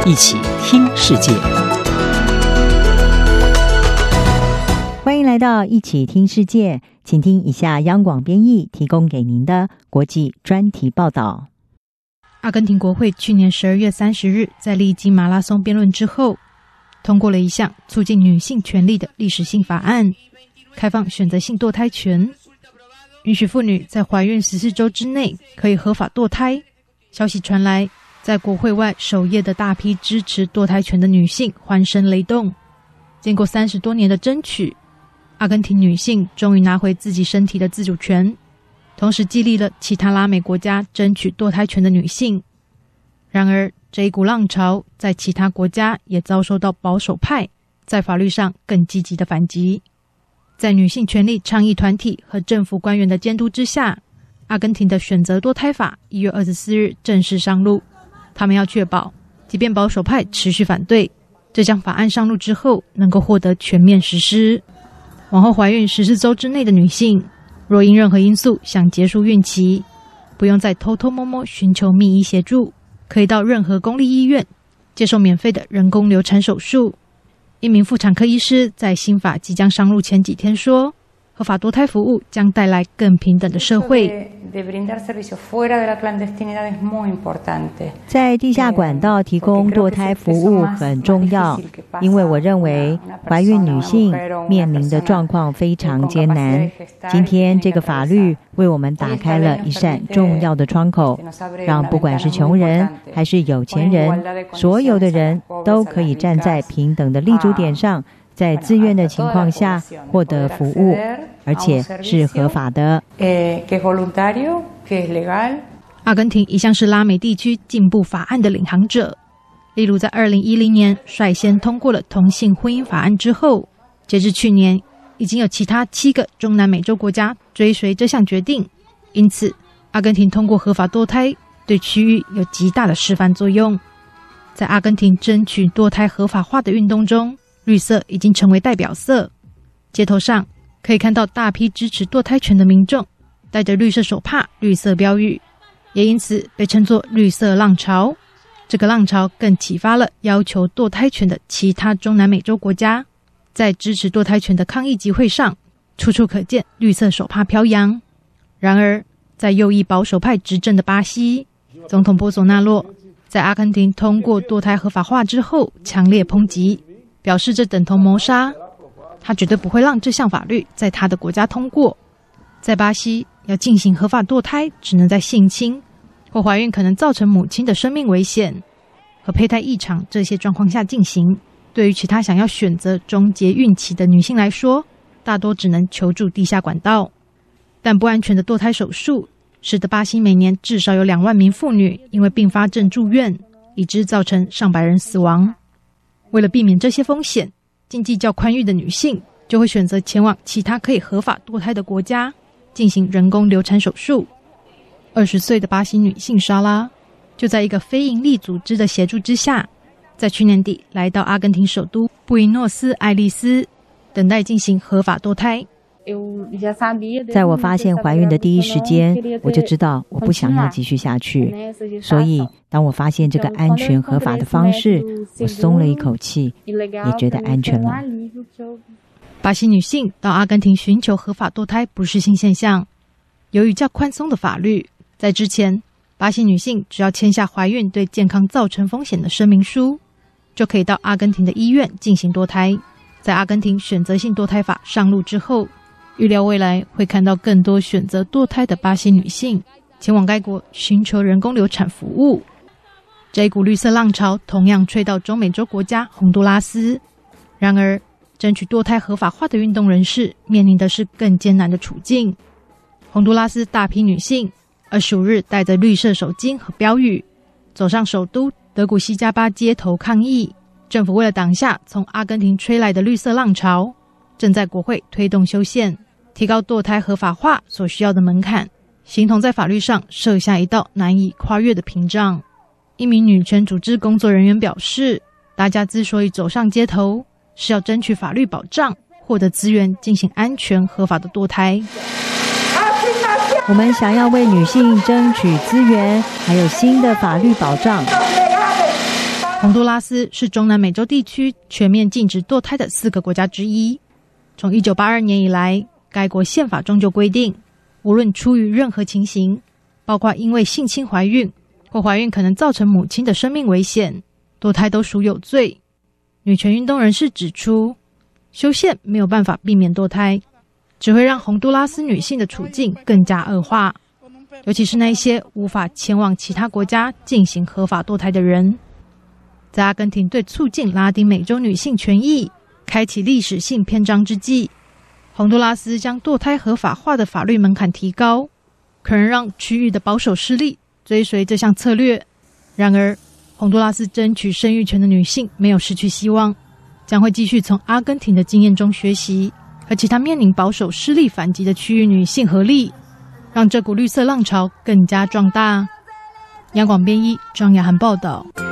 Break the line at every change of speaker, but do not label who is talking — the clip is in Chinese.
一起听世界。
欢迎来到一起听世界，请听以下央广编译提供给您的国际专题报道。
阿根廷国会去年12月30日在历经马拉松辩论之后，通过了一项促进女性权利的历史性法案，开放选择性堕胎权，允许妇女在怀孕14周之内可以合法堕胎。消息传来，在国会外守夜的大批支持堕胎权的女性欢声雷动。经过30多年的争取，阿根廷女性终于拿回自己身体的自主权，同时激励了其他拉美国家争取堕胎权的女性。然而，这一股浪潮在其他国家也遭受到保守派在法律上更积极的反击。在女性权利倡议团体和政府官员的监督之下，阿根廷的选择堕胎法1月24日正式上路。他们要确保，即便保守派持续反对，这项法案上路之后能够获得全面实施。往后怀孕14周之内的女性，若因任何因素想结束孕期，不用再偷偷摸摸寻求密医协助，可以到任何公立医院接受免费的人工流产手术。一名妇产科医师在新法即将上路前几天说，合法堕胎服务将带来更平等的社会。
在地下管道提供堕胎服务很重要，因为我认为怀孕女性面临的状况非常艰难。今天这个法律为我们打开了一扇重要的窗口，让不管是穷人还是有钱人，所有的人都可以站在平等的立足点上，在自愿的情况下获得服务，而且是合法的。
阿根廷一向是拉美地区进步法案的领航者，例如在2010年率先通过了同性婚姻法案之后，截至去年已经有其他7个中南美洲国家追随这项决定。因此，阿根廷通过合法堕胎对区域有极大的示范作用。在阿根廷争取堕胎合法化的运动中，绿色已经成为代表色。街头上可以看到大批支持堕胎权的民众戴着绿色手帕、绿色标语，也因此被称作绿色浪潮。这个浪潮更启发了要求堕胎权的其他中南美洲国家，在支持堕胎权的抗议集会上，处处可见绿色手帕飘扬。然而，在右翼保守派执政的巴西，总统波索纳洛在阿根廷通过堕胎合法化之后强烈抨击，表示这等同谋杀，他绝对不会让这项法律在他的国家通过。在巴西，要进行合法堕胎只能在性侵或怀孕可能造成母亲的生命危险和胚胎异常这些状况下进行。对于其他想要选择终结孕期的女性来说，大多只能求助地下管道。但不安全的堕胎手术使得巴西每年至少有2万名妇女因为并发症住院，以致造成上百人死亡。为了避免这些风险，经济较宽裕的女性就会选择前往其他可以合法堕胎的国家进行人工流产手术。20岁的巴西女性莎拉就在一个非营利组织的协助之下，在去年底来到阿根廷首都布宜诺斯艾利斯，等待进行合法堕胎。
在我发现怀孕的第一时间，我就知道我不想要继续下去，所以当我发现这个安全合法的方式，我松了一口气，也觉得安全了。
巴西女性到阿根廷寻求合法堕胎不是新现象。由于较宽松的法律，在之前，巴西女性只要签下怀孕对健康造成风险的声明书，就可以到阿根廷的医院进行堕胎。在阿根廷选择性堕胎法上路之后，预料未来会看到更多选择堕胎的巴西女性前往该国寻求人工流产服务。这一股绿色浪潮同样吹到中美洲国家洪都拉斯。然而，争取堕胎合法化的运动人士面临的是更艰难的处境。洪都拉斯大批女性25日带着绿色手巾和标语走上首都德古西加巴街头抗议。政府为了挡下从阿根廷吹来的绿色浪潮，正在国会推动修宪，提高堕胎合法化所需要的门槛，形同在法律上设下一道难以跨越的屏障。一名女权组织工作人员表示，大家之所以走上街头，是要争取法律保障，获得资源，进行安全合法的堕胎。
我们想要为女性争取资源，还有新的法律保障。
洪都拉斯是中南美洲地区全面禁止堕胎的4个国家之一。从1982年以来，该国宪法中就规定，无论出于任何情形，包括因为性侵怀孕或怀孕可能造成母亲的生命危险，堕胎都属有罪。女权运动人士指出，修宪没有办法避免堕胎，只会让洪都拉斯女性的处境更加恶化，尤其是那些无法前往其他国家进行合法堕胎的人。在阿根廷对促进拉丁美洲女性权益开启历史性篇章之际，洪都拉斯将堕胎合法化的法律门槛提高，可能让区域的保守势力追随这项策略。然而，洪都拉斯争取生育权的女性没有失去希望，将会继续从阿根廷的经验中学习，和其他面临保守势力反击的区域女性合力，让这股绿色浪潮更加壮大。央广编译张雅涵报道。